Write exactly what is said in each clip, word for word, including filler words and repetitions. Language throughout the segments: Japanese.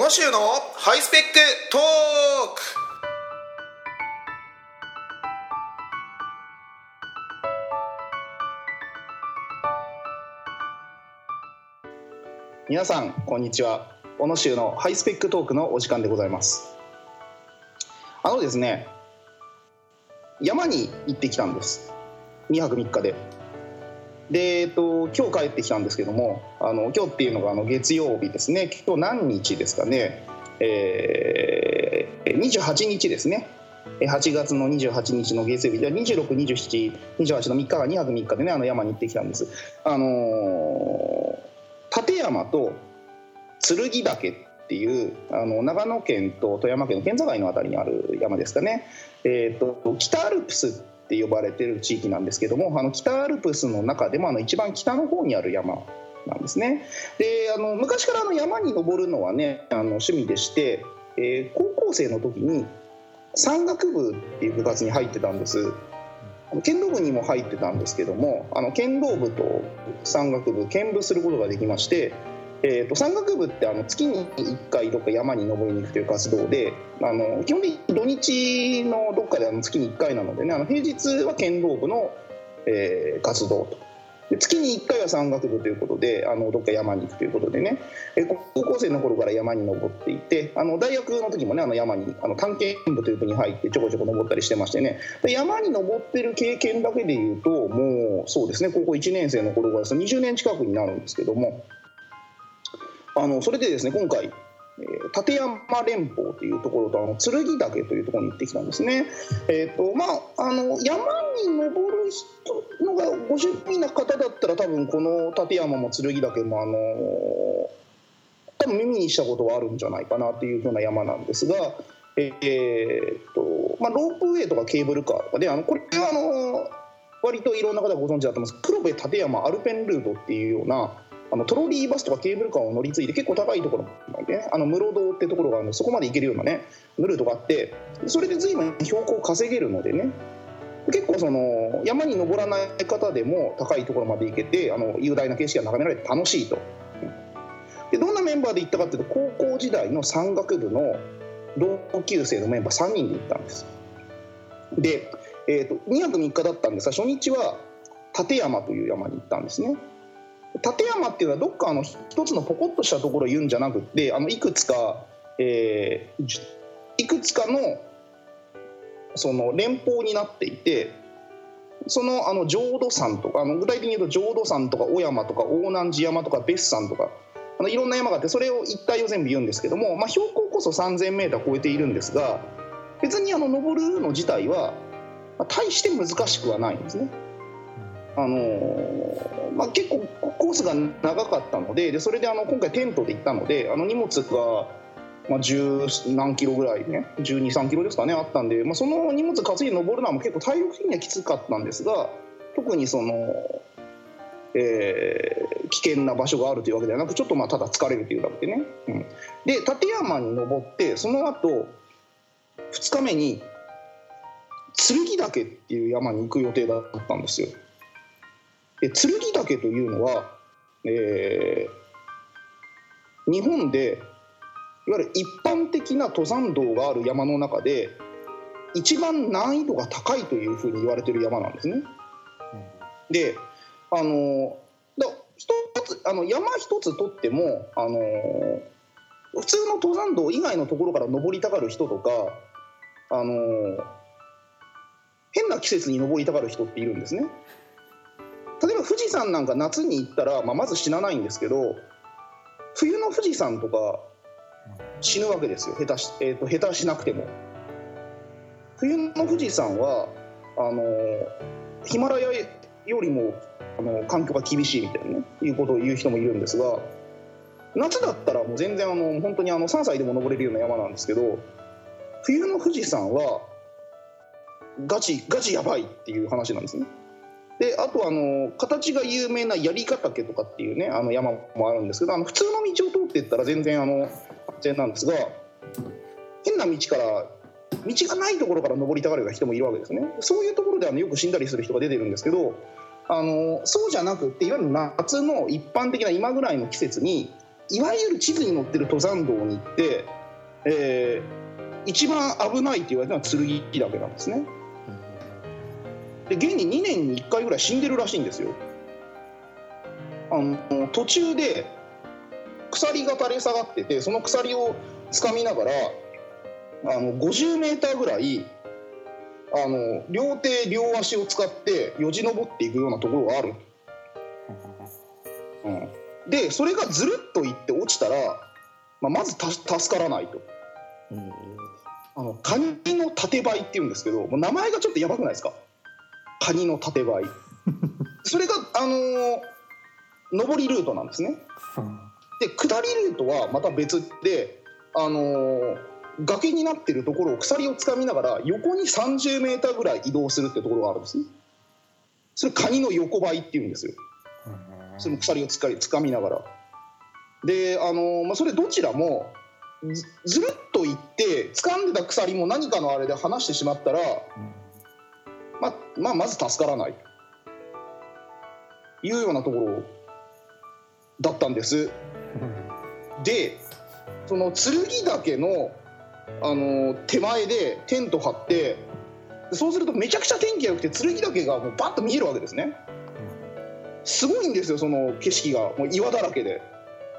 小野州のハイスペックトーク。 皆さんこんにちは。小野州のハイスペックトークのお時間でございます。あのですね山に行ってきたんです。にはくみっかでで、えっと、今日帰ってきたんですけども、あの今日っていうのがあの月曜日ですね。今日何日ですかね、えー、にじゅうはちにちですね。はちがつのにじゅうはちにちの月曜日でにじゅうろく、にじゅうしち、にじゅうはちのみっかがにはくみっかでね、あの山に行ってきたんです。あのー、立山と剣岳っていうあの長野県と富山県の県境のあたりにある山ですかね。えーと、北アルプスって呼ばれている地域なんですけども、あの北アルプスの中でもあの一番北の方にある山なんですね。で、あの昔からあの山に登るのはね、あの趣味でして、えー、高校生の時に山岳部っていう部活に入ってたんです。剣道部にも入ってたんですけども、あの剣道部と山岳部兼部することができまして、えー、と山岳部ってあの月にいっかいどっか山に登りに行くという活動で、あの基本的に土日のどっかであの月にいっかいなのでね、あの平日は剣道部の、えー、活動と、で月にいっかいは山岳部ということで、あのどっか山に行くということでね、えー、高校生の頃から山に登っていて、あの大学の時もね、あの山にあの探検部という部に入ってちょこちょこ登ったりしてましてね、で山に登ってる経験だけでいうと、もうそうですね、高校いちねん生の頃からにじゅうねん近くになるんですけども、あのそれでですね、今回、えー、立山連峰というところとあの剣岳というところに行ってきたんですね。えーとまあ、あの山に登る人のがご趣味な方だったら、多分この立山も剣岳もあの多分耳にしたことはあるんじゃないかなというふうな山なんですが、えーとまあ、ロープウェイとかケーブルカーとかで、あのこれはあの割といろんな方がご存知だと思います。黒部立山アルペンルートっていうようなあのトロリーバスとかケーブルカーを乗り継いで結構高いところまで、ね、あの室堂ってところがあるので、そこまで行けるようなねルートがあって、それで随分標高を稼げるのでね、結構その山に登らない方でも高いところまで行けて、あの雄大な景色が眺められて楽しいと。で、どんなメンバーで行ったかというと、高校時代の山岳部の同級生のメンバーさんにんで行ったんです。で、えーと、にはくみっかだったんですが、初日は立山という山に行ったんですね。立山っていうのはどっかあの一つのポコッとしたところを言うんじゃなくて、あのいくつか、えー、いくつかのその連峰になっていて、そのあの浄土山とか、あの具体的に言うと浄土山とか小山とか大南寺山とか別山とか、あのいろんな山があって、それを一帯を全部言うんですけども、まあ、標高こそさんぜんメーター超えているんですが、別にあの登るの自体は大して難しくはないんですね。あのーまあ、結構コースが長かったの で, でそれであの今回テントで行ったので、あの荷物がまあ十何キロぐらいね、じゅうに、さんキロですかね、あったんで、まあ、その荷物担いで登るのはもう結構体力的にはきつかったんですが、特にその、えー、危険な場所があるというわけではなく、ちょっとまあただ疲れるというだけでね、うん、で立山に登って、その後ふつかめに剣岳っていう山に行く予定だったんですよ。で、剣岳というのは、えー、日本でいわゆる一般的な登山道がある山の中で一番難易度が高いというふうに言われている山なんですね。うん、で、あのだ一つあの山一つとっても、あの普通の登山道以外のところから登りたがる人とか、あの変な季節に登りたがる人っているんですね。例えば富士山なんか夏に行ったら、まあ、まず死なないんですけど、冬の富士山とか死ぬわけですよ、下手し、えーと、下手しなくても。冬の富士山はあのヒマラヤよりもあの環境が厳しいみたいな、ね、いうことを言う人もいるんですが、夏だったらもう全然あの本当にあのさんさいでも登れるような山なんですけど、冬の富士山はガチガチやばいっていう話なんですね。で、あとあの形が有名な槍ヶ岳とかっていうね、あの山もあるんですけど、あの普通の道を通っていったら全然あの安全なんですが、変な道から道がないところから登りたがる人もいるわけですね。そういうところであのよく死んだりする人が出てるんですけど、あのそうじゃなくて、いわゆる夏の一般的な今ぐらいの季節にいわゆる地図に載ってる登山道に行って、えー、一番危ないと言われたのは剣岳なんですね。で現ににねんにいっかいぐらい死んでるらしいんですよ。あの途中で鎖が垂れ下がってて、その鎖を掴みながらあのごじゅうメーターぐらいあの両手両足を使ってよじ登っていくようなところがある、うん、でそれがずるっといって落ちたら、まあ、まずた助からないと、うん、あのカニの縦ばいっていうんですけど、もう名前がちょっとやばくないですか。カニの縦ばいそれが、あのー、上りルートなんですね。で下りルートはまた別で、あのー、崖になってるところを鎖をつかみながら横にさんじゅうメーターぐらい移動するっていうところがあるんですね。それカニの横ばいっていうんですよ。その鎖をつかみ、つかみながらで、あのーまあ、それどちらも ず, ずるっといって掴んでた鎖も何かのあれで離してしまったら、まあまあ、まず助からないというようなところだったんです。でその剣岳の、あの手前でテント張って、そうするとめちゃくちゃ天気が良くて剣岳がもうバッと見えるわけですね。すごいんですよ、その景色がもう岩だらけで。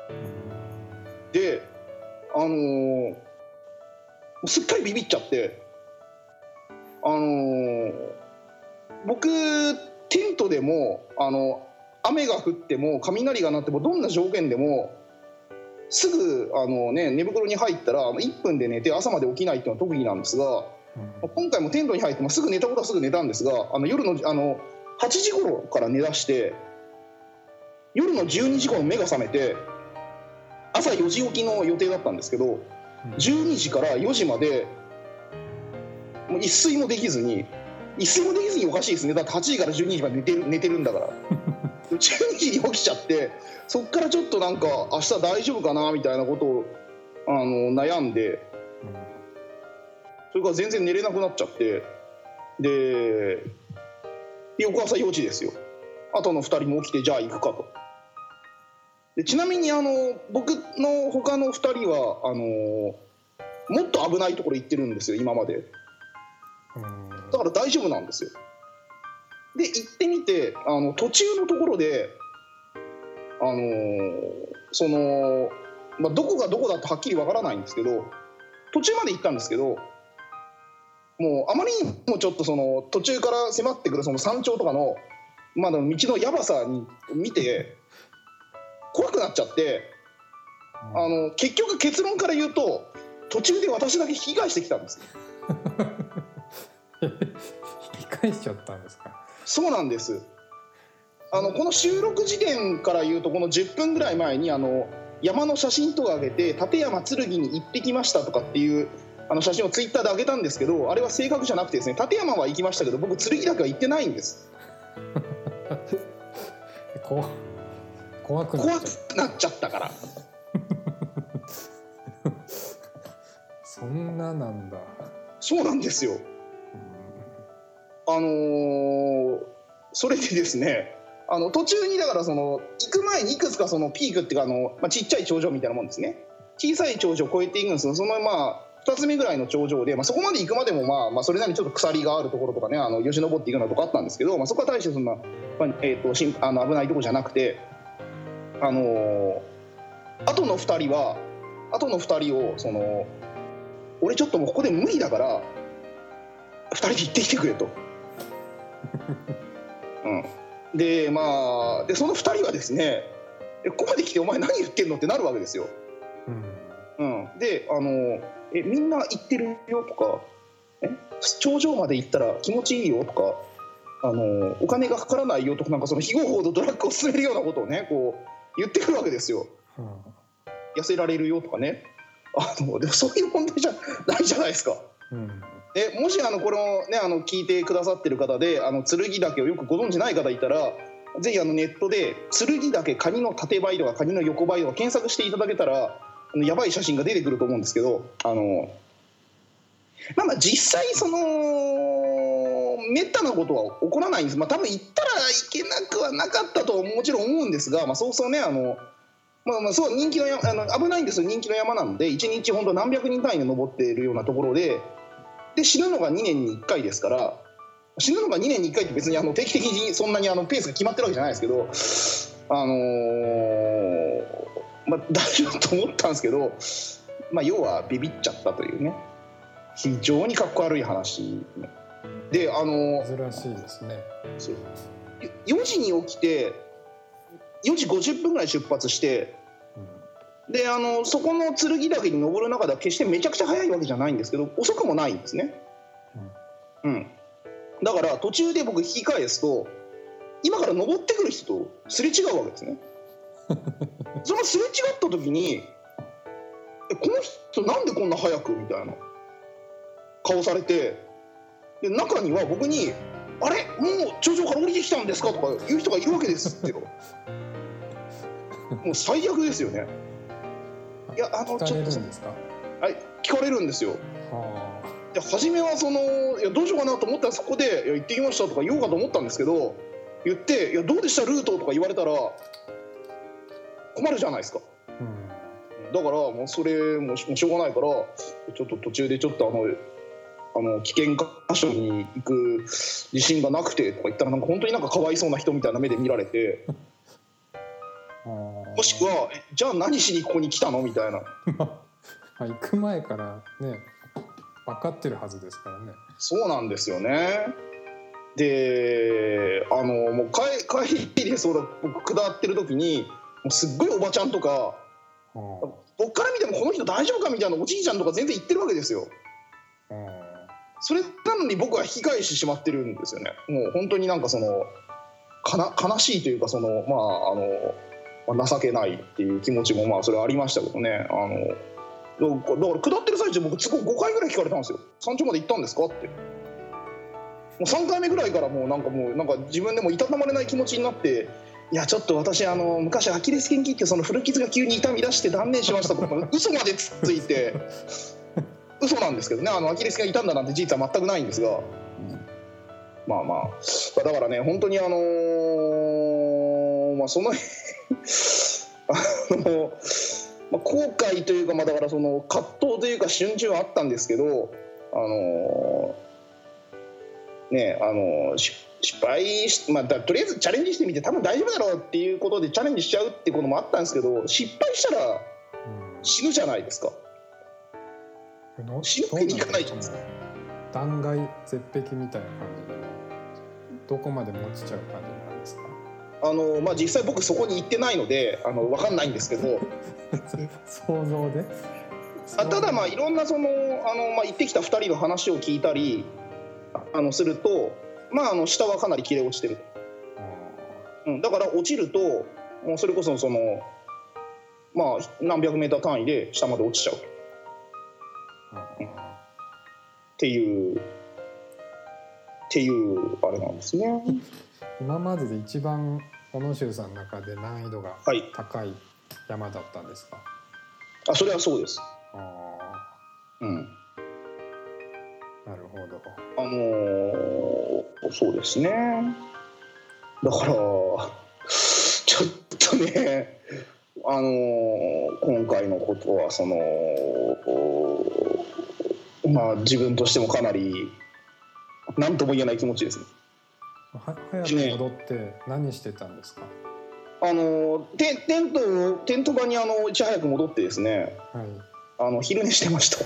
であのー、すっかりビビっちゃって、あのー、僕テントでもあの雨が降っても雷が鳴ってもどんな条件でもすぐあの、ね、寝袋に入ったらいっぷんで寝て朝まで起きないっていうのは特技なんですが、うん、今回もテントに入ってもすぐ寝たことはすぐ寝たんですが、あの夜のあのはちじ頃から寝だして夜のじゅうにじ頃目が覚めて、朝よじ起きの予定だったんですけど、じゅうにじからよじまでもう一睡もできずに、一睡もできずにおかしいですね。だってはちじからじゅうにじまで寝てる、寝てるんだからじゅうにじに起きちゃって、そっからちょっとなんか明日大丈夫かなみたいなことをあの悩んで、それから全然寝れなくなっちゃって、で翌朝よじですよ。あとのふたりも起きて、じゃあ行くかと。でちなみにあの僕の他のふたりはあのもっと危ないところ行ってるんですよ今まで。だから大丈夫なんですよ。で行ってみて、あの途中のところであのその、まあ、どこがどこだってはっきりわからないんですけど、途中まで行ったんですけど、もうあまりにもちょっとその途中から迫ってくるその山頂とかの、まあ、道のやばさに見て怖くなっちゃって、あの結局結論から言うと途中で私だけ引き返してきたんです引き返しちゃったんですか。 そうなんです。あのこの収録時点から言うとこのじゅっぷんぐらい前にあの山の写真とか上げて立山剣に行ってきましたとかっていうあの写真をツイッターで上げたんですけど、あれは正確じゃなくてですね、立山は行きましたけど僕剣岳は行ってないんです怖怖くなっちゃった怖くなっちゃったからそんななんだ。 そうなんですよ。あのー、それでですね、あの途中にだからその行く前にいくつかそのピークっていうかあの、まあ、ちっちゃい頂上みたいなもんですね。小さい頂上を越えていくんですけど、そのまあふたつめぐらいの頂上で、まあ、そこまで行くまでもまあまあそれなりにちょっと鎖があるところとかね、あのよじ登っていくのとかあったんですけど、まあ、そこは大してそんな、まあえー、としんあの危ないところじゃなくて、あのー、後のふたりは後のふたりをその俺ちょっともうここで無理だからふたりで行ってきてくれとうん、でまあでそのふたりはですね、ここまで来てお前何言ってんのってなるわけですよ、うんうん、であのえみんな行ってるよとか、え頂上まで行ったら気持ちいいよとか、あのお金がかからないよとか、なんかその非合法のドラッグを勧めるようなことをねこう言ってくるわけですよ、うん、痩せられるよとかね、あのでもそういう問題じゃないじゃないですか、うん、でもしあのこれを、ね、あの聞いてくださってる方であの剣岳をよくご存じない方いたら、ぜひあのネットで剣岳カニの縦ばいとかカニの横ばいとか検索していただけたらやばい写真が出てくると思うんですけど、あの、まあ、まあ実際そのめったなことは起こらないんです。まあ、多分行ったらいけなくはなかったとはもちろん思うんですが、まあ、そうそうねあのまあ、まあそう人気の山あの危ないんですよ。人気の山なのでいちにち本当何百人単位で登っているようなところで、で死ぬのがにねんにいっかいですから、死ぬのがにねんにいっかいって別にあの定期的にそんなにあのペースが決まってるわけじゃないですけど、あのーまあ、大丈夫と思ったんですけど、まあ、要はビビっちゃったというね、非常にかっこ悪い話で、あのー、 珍しいですね。 そうよじに起きてよじごじゅっぷんぐらい出発して、うん、であのそこの剣岳に登る中では決してめちゃくちゃ速いわけじゃないんですけど遅くもないんですね、うんうん、だから途中で僕引き返すと今から登ってくる人とすれ違うわけですねそのすれ違った時にえこの人なんでこんな速くみたいな顔されて、で中には僕にあれもう頂上から降りてきたんですかとか言う人がいるわけですってよもう最悪ですよね。 いやあのちょっと聞かれるんですか？ はい聞かれるんですよ。はあ、で初めはそのいやどうしようかなと思ったらそこでいや行ってきましたとか言おうかと思ったんですけど、言っていやどうでしたルートとか言われたら困るじゃないですか。うん、だからもうそれもしょうがないからちょっと途中でちょっとあのあの危険箇所に行く自信がなくてとか言ったらなんか本当になんかかわいそうな人みたいな目で見られてもしくはじゃあ何しにここに来たのみたいなまあ行く前からね分かってるはずですからね。 そうなんですよね。であのもう帰帰りでそうだ僕下ってる時にもうすっごいおばちゃんとか僕から見てもこの人大丈夫かみたいなおじいちゃんとか全然言ってるわけですよ。それなのに僕は引き返してしまってるんですよね。もう本当になんかそのかな悲しいというかそのまああの情けないっていう気持ちもまあそれはありましたけどね。あのだから下ってる最中僕都合ごかいぐらい聞かれたんですよ。山頂まで行ったんですかって。もうさんかいめぐらいからもうなんかもうなんか自分でもいたたまれない気持ちになって、いやちょっと私あの昔アキレス腱切ってその古傷が急に痛み出して断念しましたとか嘘までつついて嘘なんですけどね、あのアキレス腱が痛んだなんて事実は全くないんですが、うん、まあまあだからね本当にあのー、まあそのあの、まあ、後悔というかまあだからその葛藤というか瞬時はあったんですけど、あのー、ねあのー、失敗し、まあ、だとりあえずチャレンジしてみて多分大丈夫だろうっていうことでチャレンジしちゃうってこともあったんですけど、失敗したら死ぬじゃないですか。死ぬわけにいかないじゃないですか。 断崖絶壁みたいな感じでどこまでも落ちちゃう感じなんですか？ あの、まあ、実際僕そこに行ってないのであの分かんないんですけど想像であただまあいろんなそのあの、まあ、行ってきたふたりの話を聞いたりあのすると、まあ、あの下はかなり切れ落ちてる、うん、だから落ちるともうそれこそその、まあ、何百メーター単位で下まで落ちちゃうと、うん、っていうっていうあれなんですね。 今までで一番小野修さんの中で難易度が高い山だったんですか？はい、 あそれはそうです。 あ、 うん、 なるほど。 あのー、そうですね。だからちょっとね、あのー、今回のことはそのまあ自分としてもかなり何とも言えない気持ちですね。 は早く戻って何してたんですか？ あのテテントテント場にあのいち早く戻ってですね、はい、あの昼寝してましたい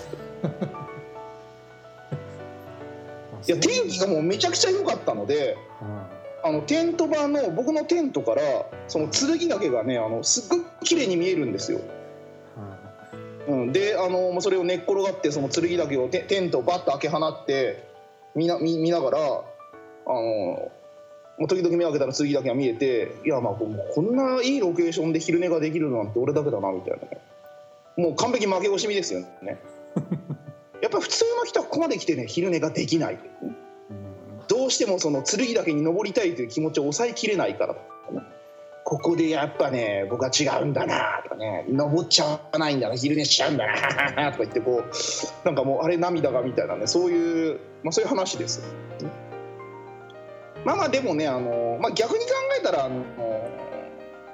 や天気がもうめちゃくちゃ良かったので、うん、あのテント場の僕のテントからその剣岳がねあのすっごい綺麗に見えるんですよ、うんうん、であのそれを寝っ転がってその剣岳をテテントをバッと開け放って見な、見、見ながらあのもう時々目を開けたら剣岳が見えて、いやまあこんないいロケーションで昼寝ができるなんて俺だけだなみたいなね、もう完璧負け惜しみですよねやっぱり普通の人はここまで来てね昼寝ができない、どうしてもその剣岳に登りたいという気持ちを抑えきれないから、ここでやっぱね僕は違うんだなとかね、登っちゃわないんだな昼寝しちゃうんだなとか言ってこうなんかもうあれ涙がみたいなね、そういう、まあ、そういう話です。まあまあでもねあの、まあ、逆に考えたらあの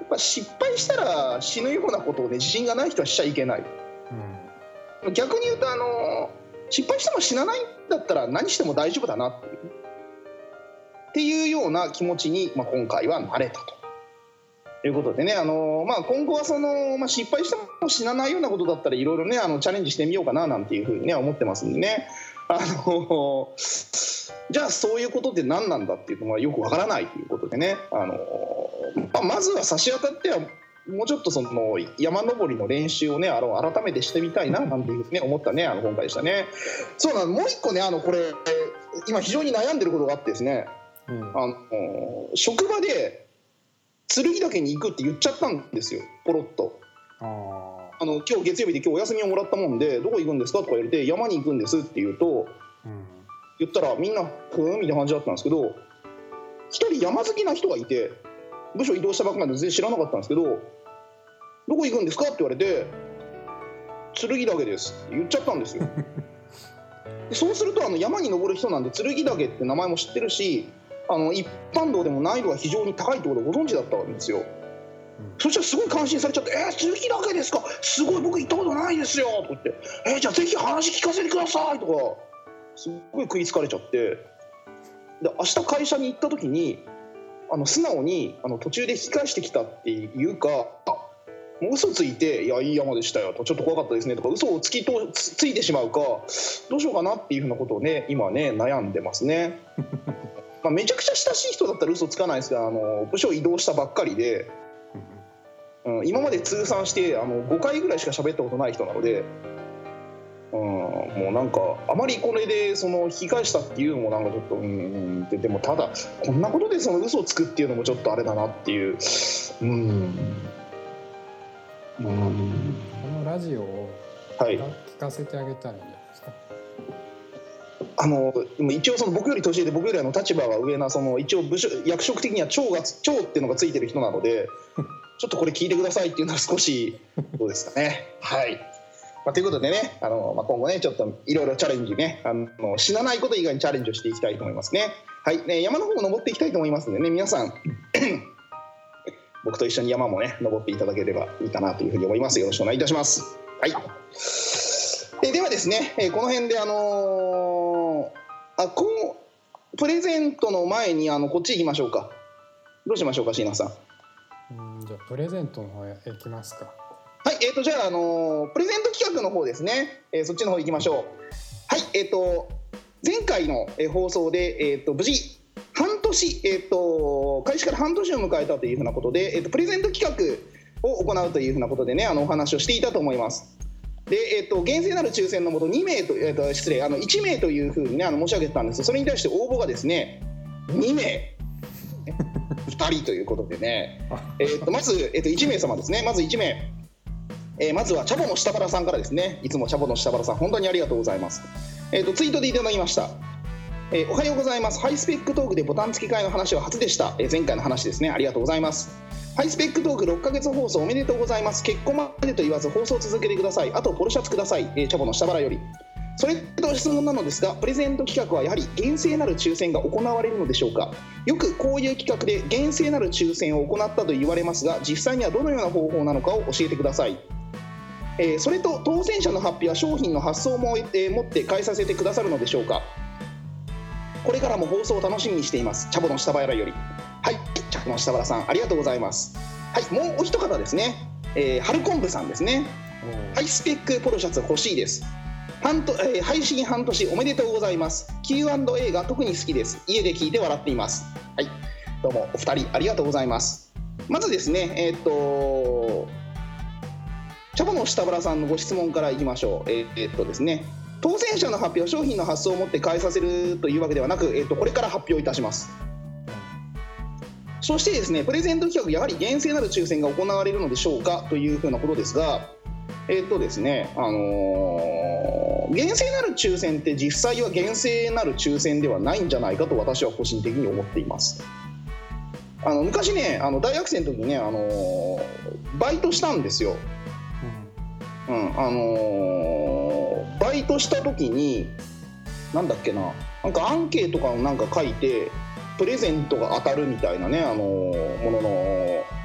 ぱ失敗したら死ぬようなことをね自信がない人はしちゃいけない、うん、逆に言うとあの失敗しても死なないんだったら何しても大丈夫だなっていうっていうような気持ちに、まあ、今回はなれたということでね、あの、まあ、今後はその、まあ、失敗しても死なないようなことだったらいろいろねあのチャレンジしてみようかななんていうふうに、ね、思ってますんでね、あのじゃあそういうことって何なんだっていうのはよくわからないということでね、あの、まあ、まずは差し当たってはもうちょっとその山登りの練習をねあの改めてしてみたいななんていうふうに、ね、思ったねあの今回でしたね。そうなの、もう一個ねあのこれ今非常に悩んでることがあってですね、うん、あの職場で剣岳に行くって言っちゃったんですよポロッと。ああの今日月曜日で今日お休みをもらったもんでどこ行くんですかとか言われて山に行くんですって言うと、うん、言ったらみんなふーんみたいな感じだったんですけど一人山好きな人がいて部署移動したばっかりで全然知らなかったんですけどどこ行くんですかって言われて剣岳ですって言っちゃったんですよでそうするとあの山に登る人なんで剣岳って名前も知ってるしあの一般道でも難易度が非常に高いってことをご存知だったわけですよ、うん、そしたらすごい感心されちゃって「えー、剣岳ですかすごい僕行ったことないですよ」とか言って「えー、じゃあぜひ話聞かせてください」とかすごい食いつかれちゃってで明日会社に行った時にあの素直にあの途中で引き返してきたっていうかもう嘘ついて「いやいい山でしたよ」と「ちょっと怖かったですね」とか嘘をつきと つ, ついてしまうかどうしようかなっていうふうなことをね今ね悩んでますねまあめちゃくちゃ親しい人だったら嘘つかないですがあの部署移動したばっかりで、うん、今まで通算してあのごかいぐらいしか喋ったことない人なので、うん、もうなんかあまりこれでその引き返したっていうのもなんかちょっとうんうんででもただこんなことでその嘘をつくっていうのもちょっとあれだなっていううんうんこのラジオを聞かせてあげたらいいんじゃないですか。 あの一応その僕より年上で僕よりあの立場が上なその一応部署役職的には長が長っていうのがついてる人なのでちょっとこれ聞いてくださいっていうのは少しどうですかねはい、まあ、ということでねあの、まあ、今後ねちょっといろいろチャレンジねあの死なないこと以外にチャレンジをしていきたいと思いますね。はい、ね山の方も登っていきたいと思いますのでね皆さん僕と一緒に山もね登っていただければいいかなというふうに思います。よろしくお願いいたします。はい。えではですね、えこの辺であのー、あこうプレゼントの前にあのこっち行きましょうか。どうしましょうか椎名さん。 うんじゃあプレゼントの方へ行きますか。 はいえーとじゃああのー、プレゼント企画の方ですね、えー、そっちの方行きましょう。はいえーと前回の放送でえーと無事半年、えー、と開始から半年を迎えたというふうなことで、えー、とプレゼント企画を行うというふうなことでねあのお話をしていたと思います。で、えー、と厳正なる抽選のもとにめいと、えー、と失礼あのいちめいというふうに、ね、あの申し上げてたんです。それに対して応募がですねにめいふたりということでね、えー、とまず、えー、といちめい様ですね。まずいちめい、えー、まずはチャボの下原さんからですね。いつもチャボの下原さん本当にありがとうございます。えー、とツイートでいただきました。えー、おはようございます。ハイスペックトークでボタン付き替えの話は初でした。えー、前回の話ですね。ありがとうございます。ハイスペックトークろっかげつ放送おめでとうございます。結婚までと言わず放送続けてください。あとポロシャツください。えー、チャボの下原より。それと質問なのですが、プレゼント企画はやはり厳正なる抽選が行われるのでしょうか。よくこういう企画で厳正なる抽選を行ったと言われますが、実際にはどのような方法なのかを教えてください。えー、それと当選者の発表は商品の発送も、えー、持って返させてくださるのでしょうか。これからも放送を楽しみにしています。チャボの下原より。はい、チャボの下原さんありがとうございます。はい、もうお一方ですね、えー、春昆布さんですね。ハイスペックポロシャツ欲しいです。半と、えー、配信半年おめでとうございます。 キューアンドエー が特に好きです。家で聞いて笑っています。はい、どうもお二人ありがとうございます。まずですねえー、っとチャボの下原さんのご質問からいきましょう。えー、えー、っとですね当選者の発表、商品の発送をもって返させるというわけではなく、えー、とこれから発表いたします。そしてですねプレゼント企画やはり厳正なる抽選が行われるのでしょうかというふうなことですが、えーとですねあのー、厳正なる抽選って実際は厳正なる抽選ではないんじゃないかと私は個人的に思っています。あの昔ねあの大学生の時にね、あのー、バイトしたんですよ。うん、あのー、バイトした時になんだっけな、なんかアンケートとかをなんか書いてプレゼントが当たるみたいなね、あのー、ものの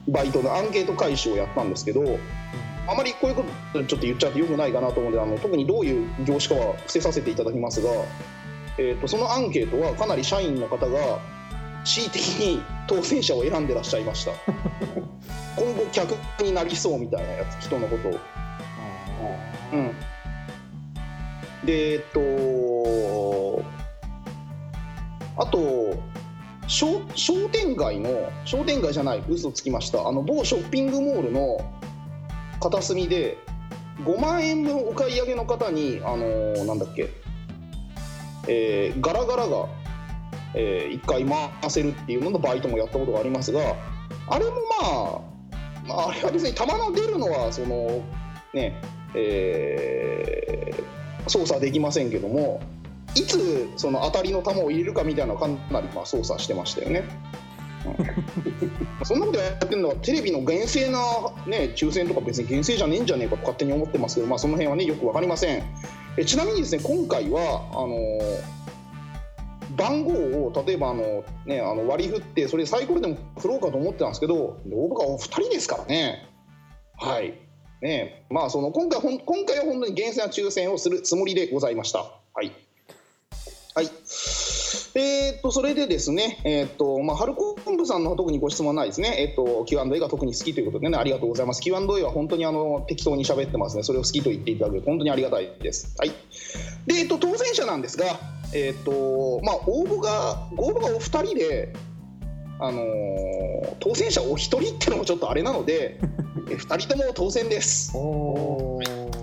バイトのアンケート回収をやったんですけど、あまりこういうことちょっと言っちゃってよくないかなと思うので、あの特にどういう業種かは伏せさせていただきますが、えーと、そのアンケートはかなり社員の方が恣意的に当選者を選んでらっしゃいました今後客になりそうみたいなやつ、人のことを。うん、でえっとあと商, 商店街の商店街じゃない嘘つきましたあの某ショッピングモールの片隅でごまんえんぶんお買い上げの方にあのー、なんだっけ、えー、ガラガラが、えー、いっかい回せるっていうののバイトもやったことがありますが、あれもまあ、まあ、あれは別に弾の出るのはそのねえー、操作できませんけども、いつその当たりの弾を入れるかみたいなのをかなりまあ操作してましたよね、うん、そんなことやってるのはテレビの厳正な、ね、抽選とか別に厳正じゃねえんじゃねえかと勝手に思ってますけど、まあ、その辺はねよく分かりません。えちなみにですね、今回はあの番号を例えばあの、ね、あの割り振ってそれサイコロでも振ろうかと思ってたんですけど、僕はお二人ですからね、はいね、まあその今回ほん今回は本当に厳正な抽選をするつもりでございました。はいはい、えー、っとそれでですね、えーっとまあ、春子本部さんの特にご質問はないですね。えーっと キューアンドエー が特に好きということでね、ありがとうございます。 キューアンドエー は本当にあの適当に喋ってますね。それを好きと言っていただけると本当にありがたいです。はい、で、えーっと当選者なんですが、えーっとまあ、応募が応募がお二人で、あのー、当選者お一人っていうのもちょっとあれなのでふたりとも当選です。お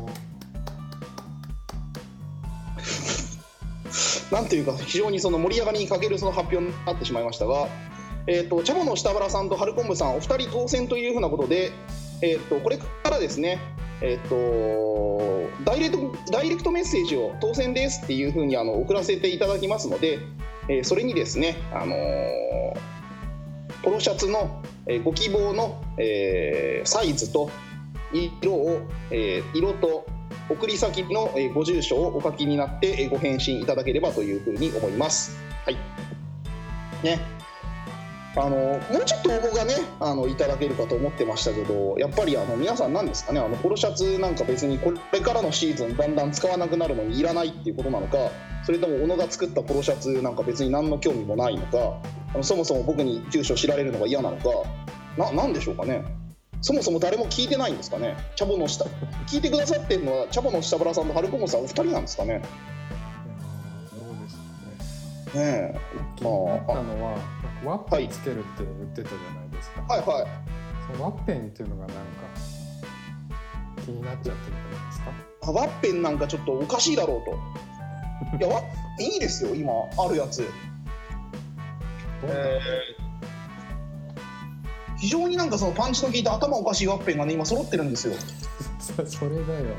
なんというか非常にその盛り上がりに欠けるその発表になってしまいましたが、えー、とチャボの下原さんと春昆布さんお二人当選というふうなことで、えー、とこれからですね、えー、とダイレクトダイレクトメッセージを当選ですっていうふうにあの送らせていただきますので、えー、それにですね、あのー、ポロシャツのご希望の、えー、サイズと色を、えー、色と送り先のご住所をお書きになってご返信いただければというふうに思います。はいね、あのもうちょっと応募がねあのいただけるかと思ってましたけど、やっぱりあの皆さん何ですかね、あのポロシャツなんか別にこれからのシーズンだんだん使わなくなるのにいらないっていうことなのか、それとも小野が作ったポロシャツなんか別に何の興味もないのか、あのそもそも僕に住所知られるのが嫌なのか、な、なんでしょうかね。そもそも誰も聞いてないんですかね。チャボの下聞いてくださってるのはチャボの下原さんと春子さんお二人なんですかね。 そうですね。ねえ、気になったのはワッペンつけるって言ってたじゃないですか。 はいはい。 そのワッペンっていうのがなんか気になっちゃってるんですか。 あ、ワッペンなんかちょっとおかしいだろうと。いや、わいいですよ今あるやつ。えー非常になんかそのパンチの効いた頭おかしいワッペンがね今揃ってるんですよ。 それだよ。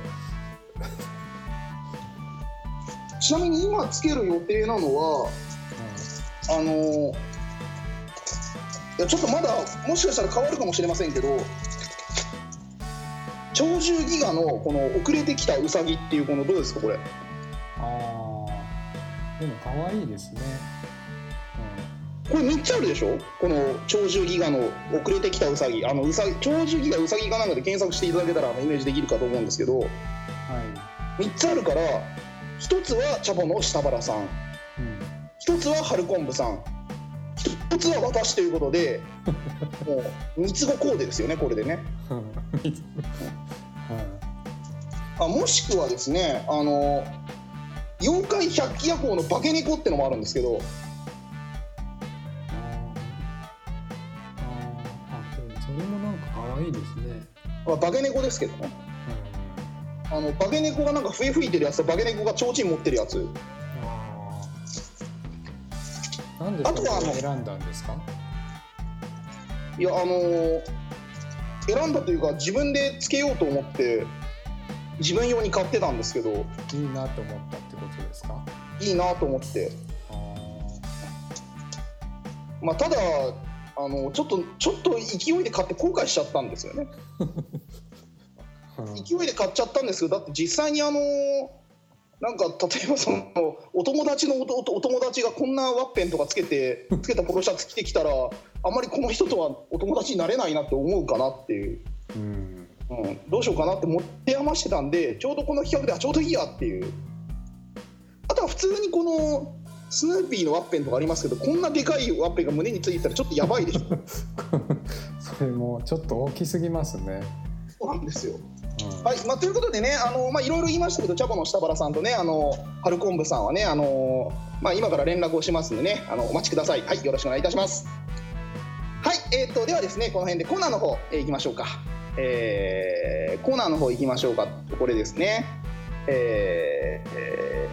ちなみに今つける予定なのは、うん、あのいやちょっとまだもしかしたら変わるかもしれませんけど、鳥獣ギガのこの遅れてきたウサギっていうこのどうですかこれ。 ああ、でも可愛いですね。 これみっつあるでしょ、この鳥獣ギガの遅れてきたウサギ、あのウサギ鳥獣ギガウサギかなんかで検索していただけたらイメージできるかと思うんですけど、はい、みっつあるからひとつはチャボの下原さん、ひと、うん、つは春昆布さん、ひとつは私ということでもうみっつごコーデですよねこれでねあもしくはですね、あの妖怪百鬼夜行の化け猫ってのもあるんですけど、 それもなんか可愛いですね。 まあ、化け猫ですけどね、うん、あの化け猫がなんか笛吹いてるやつと化け猫が提灯持ってるやつ。 あなんでそれを選んだんですか。 いやあのー、選んだというか自分でつけようと思って自分用に買ってたんですけど、 いいなと思ったってことですか。 いいなと思って、あまあただあのちょっとちょっと勢いで買って後悔しちゃったんですよね勢いで買っちゃったんですけど、だって実際にあのなんか例えばそのお友達の お, お友達がこんなワッペンとかつけてつけたポロシャツ着てきたらあんまりこの人とはお友達になれないなって思うかなっていう、うんうん、どうしようかなって持って余してたんで、ちょうどこの企画ではちょうどいいやっていう。あとは普通にこのスヌーピーのワッペンとかありますけど、こんなでかいワッペンが胸についてたらちょっとやばいでしょそれもちょっと大きすぎますね。 そうなんですよ、うん、はい、まあ、ということでね、あの、まあ、いろいろ言いましたけど、チャボの下原さんとね、あの春昆布さんはね、あの、まあ、今から連絡をしますんでね、あのお待ちください。はい、よろしくお願いいたします。はい、えー、とではですね、この辺でコーナーの方、えー、いきましょうか。えー、コーナーの方いきましょうか。これですね、えーえ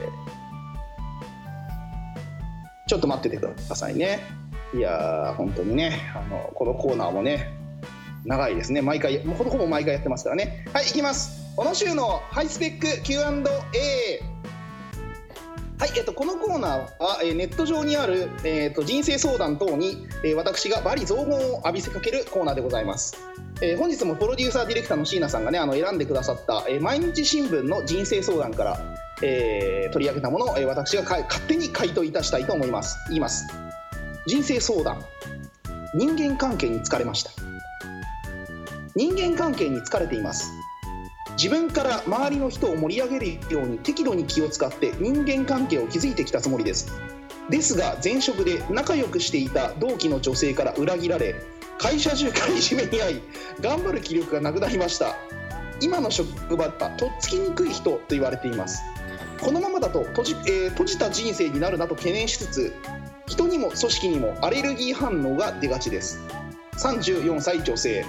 ー、ちょっと待っててくださいね。いやー本当にね、あのこのコーナーもね長いですね。毎回ほぼほぼ毎回やってますからね。はい、いきます。この週のハイスペック キューアンドエー。はい、えっと、このコーナーは、えー、ネット上にある、えー、と人生相談等に、えー、私が罵詈雑言を浴びせかけるコーナーでございます。えー、本日もプロデューサーディレクターの椎名さんがね、あの選んでくださった、えー、毎日新聞の人生相談から、えー、取り上げたものを、えー、私が勝手に回答いたしたいと思います。言います。人生相談。人間関係に疲れました。人間関係に疲れています。自分から周りの人を盛り上げるように適度に気を使って人間関係を築いてきたつもりです。ですが前職で仲良くしていた同期の女性から裏切られ、会社中からいじめに遭い頑張る気力がなくなりました。今の職場はとっつきにくい人と言われています。このままだと閉じ、えー、閉じた人生になるなと懸念しつつ、人にも組織にもアレルギー反応が出がちです。さんじゅうよんさい女性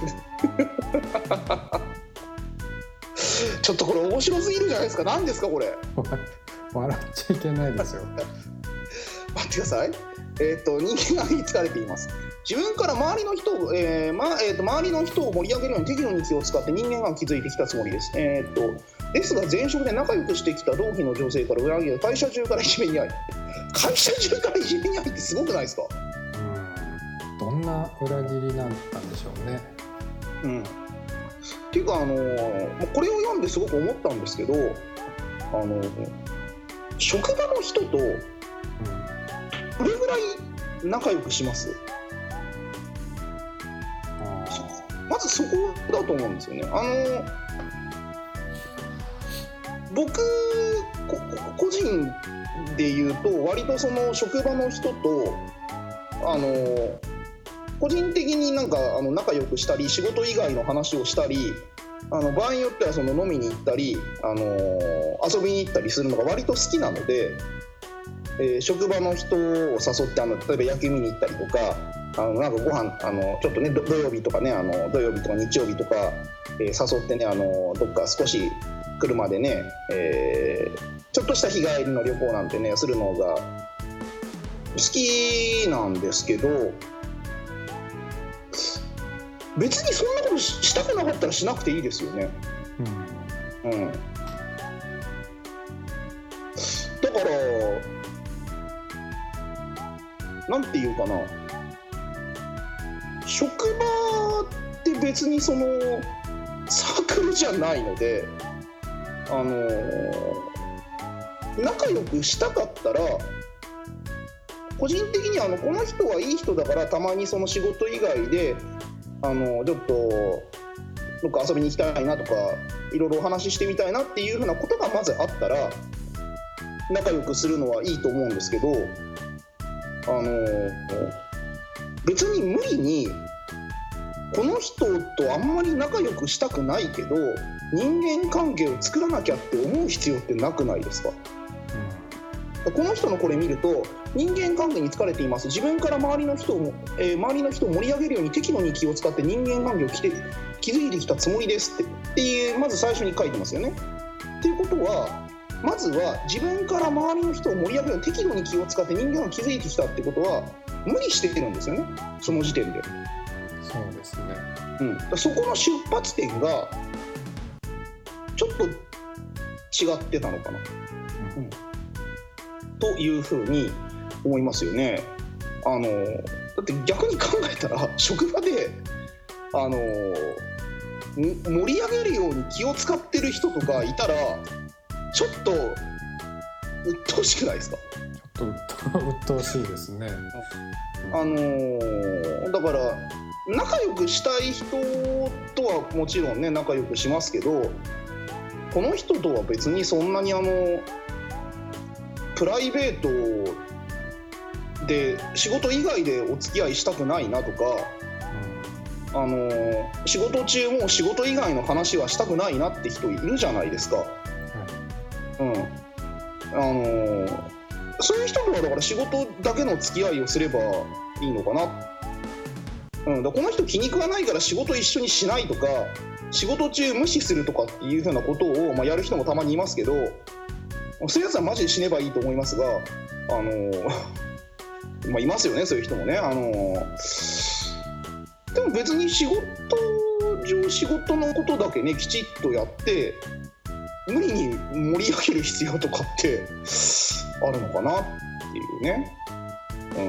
ちょっとこれ面白すぎるじゃないですか。何ですかこれ笑っちゃいけないですよ待ってください。えー、と人間がに疲れています。自分から周りの人を、えーまえー、と周りの人を盛り上げるように適度に気を使って人間が築いてきたつもりです。えー、とですが前職で仲良くしてきた同期の女性から裏切られ、会社中からいじめに遭い会社中からいじめに遭いってすごくないですか。 うん、どんな裏切りだったんでしょうね。 うんっていうか、あのー、これを読んですごく思ったんですけど、あのー、職場の人とどれぐらい仲良くします？うん、まずそこだと思うんですよね。あのー、僕個人で言うと割とその職場の人とあのー個人的になんかあの仲良くしたり仕事以外の話をしたり、あの場合によってはその飲みに行ったり、あのー、遊びに行ったりするのが割と好きなので、えー、職場の人を誘ってあの例えば野球見に行ったりとか、あのなんかご飯あのちょっとね土曜日とかねあの土曜日とか日曜日とか、えー、誘ってねあのどっか少し車でね、えー、ちょっとした日帰りの旅行なんてねするのが好きなんですけど、別にそんなことしたくなかったらしなくていいですよね。うん、うん、だからなんていうかな、職場って別にそのサークルじゃないので、あのー、仲良くしたかったら個人的にはあのこの人はいい人だからたまにその仕事以外であのちょっとどっか遊びに行きたいなとかいろいろお話ししてみたいなっていうふうなことがまずあったら仲良くするのはいいと思うんですけど、あの別に無理にこの人とあんまり仲良くしたくないけど人間関係を作らなきゃって思う必要ってなくないですか。この人のこれ見ると人間関係に疲れています。自分から周りの人を、えー、周りの人を盛り上げるように適度に気を使って人間関係を築いてきたつもりですってっていうまず最初に書いてますよね。っていうことはまずは自分から周りの人を盛り上げるように適度に気を使って人間を築いてきたってことは無理してるんですよね、その時点で。 そうですね、 うん、だそこの出発点がちょっと違ってたのかな、うん、というふうに思いますよね。あのだって逆に考えたら職場であの盛り上げるように気を使ってる人とかいたらちょっと鬱陶しくないですか？ ちょっと鬱陶しいですね。 あのー、だから仲良くしたい人とはもちろんね仲良くしますけど、この人とは別にそんなにあのプライベートで仕事以外でお付き合いしたくないなとか、うん、あのー、仕事中も仕事以外の話はしたくないなって人いるじゃないですか、うん、うん、あのー、そういう人とはだから仕事だけの付き合いをすればいいのかな、うん、だこの人気に食わないから仕事一緒にしないとか仕事中無視するとかっていうふうなことを、まあ、やる人もたまにいますけど、そういうやつはマジで死ねばいいと思いますが、あのーまあ、いますよねそういう人もね、あのー、でも別に仕事上仕事のことだけねきちっとやって無理に盛り上げる必要とかってあるのかなっていうね、うん、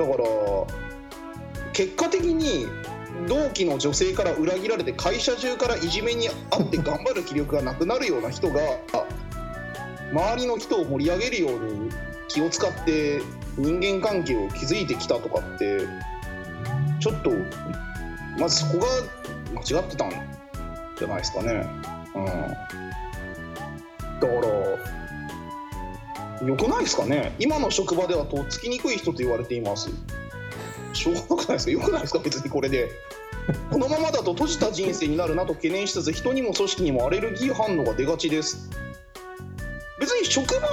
だから結果的に同期の女性から裏切られて会社中からいじめにあって頑張る気力がなくなるような人が周りの人を盛り上げるように気を使って人間関係を築いてきたとかってちょっとまずそこが間違ってたんじゃないですかね、うん、だから良くないですかね。今の職場ではとっつきにくい人と言われています。しょうがなくないですか？良くないですか？別にこれでこのままだと閉じた人生になるなと懸念しつつ人にも組織にもアレルギー反応が出がちです。別に職場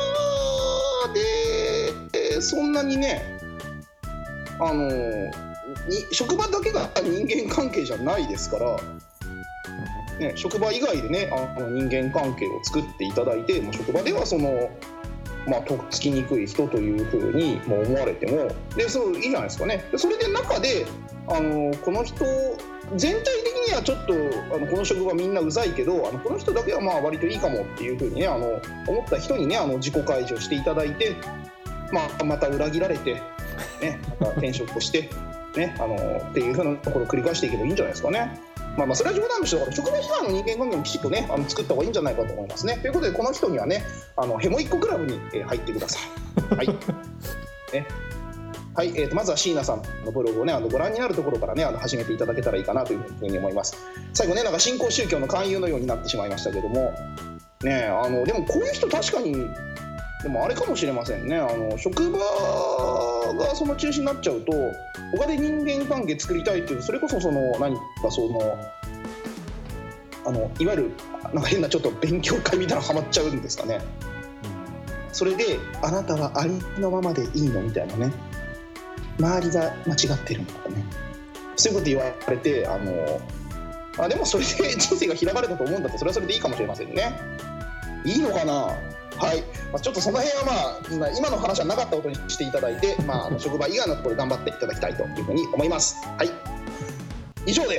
でそんなにねあの職場だけが人間関係じゃないですから、ね、職場以外でねあの人間関係を作っていただいて、職場ではそのまあ、とっつきにくい人というふうに思われてもでそういいじゃないですかね。それで中であのこの人全体的にはちょっとあのこの職場みんなうざいけどあのこの人だけはまあ割といいかもっていうふうにねあの思った人にねあの自己開示をしていただいて、まあ、また裏切られて、ね、また転職をして、ね、あのっていうふうなところを繰り返していけばいいんじゃないですかね。まあ、まあそれは冗談でしょうから職場以外の人間関係もきちっとねあの作った方がいいんじゃないかと思いますね。ということでこの人にはねあのヘモイッコクラブに、えー、入ってください。はい、ねはいえー、とまずは椎名さんのブログを、ね、あのご覧になるところからねあの始めていただけたらいいかなというふうに思います。最後ねなんか新興宗教の勧誘のようになってしまいましたけども、ね、あのでもこういう人確かにでもあれかもしれませんね。あの職場がその中止になっちゃうと他で人間関係作りたいっていうそれこそその何かそのあのいわゆるなんか変なちょっと勉強会みたいなのハマっちゃうんですかね。それであなたはありのままでいいのみたいなね周りが間違ってるんだとねそういうこと言われてあのあでもそれで人生が開かれたと思うんだとそれはそれでいいかもしれませんね。いいのかな。はい、まあ、ちょっとその辺はまあ今の話はなかったことにしていただいて、まあ、職場以外のところで頑張っていただきたいというふうに思います。はい、以上です。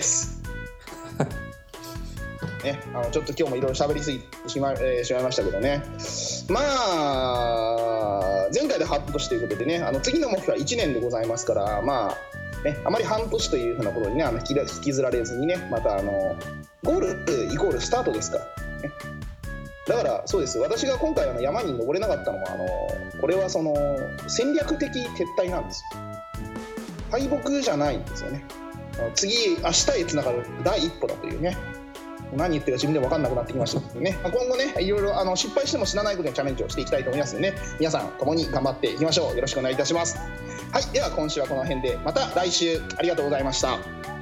ね、あのちょっと今日もいろいろ喋りすぎてしまい、えー、しまいましたけどね。まあ前回で半年ということでねあの次の目標はいちねんでございますからまあ、ね、あまり半年というふうなことにねあの引き、引きずられずにねまたあのゴールイコールスタートですから、ね、だからそうです私が今回あの山に登れなかったのはあのこれはその戦略的撤退なんですよ。敗北じゃないんですよね。次明日へつながる第一歩だというね何言ってるか自分でも分かんなくなってきましたけどね、まあ、今後ねいろいろあの失敗しても死なないことにチャレンジをしていきたいと思いますのでね皆さん共に頑張っていきましょう。よろしくお願いいたします。はい、では今週はこの辺でまた来週ありがとうございました。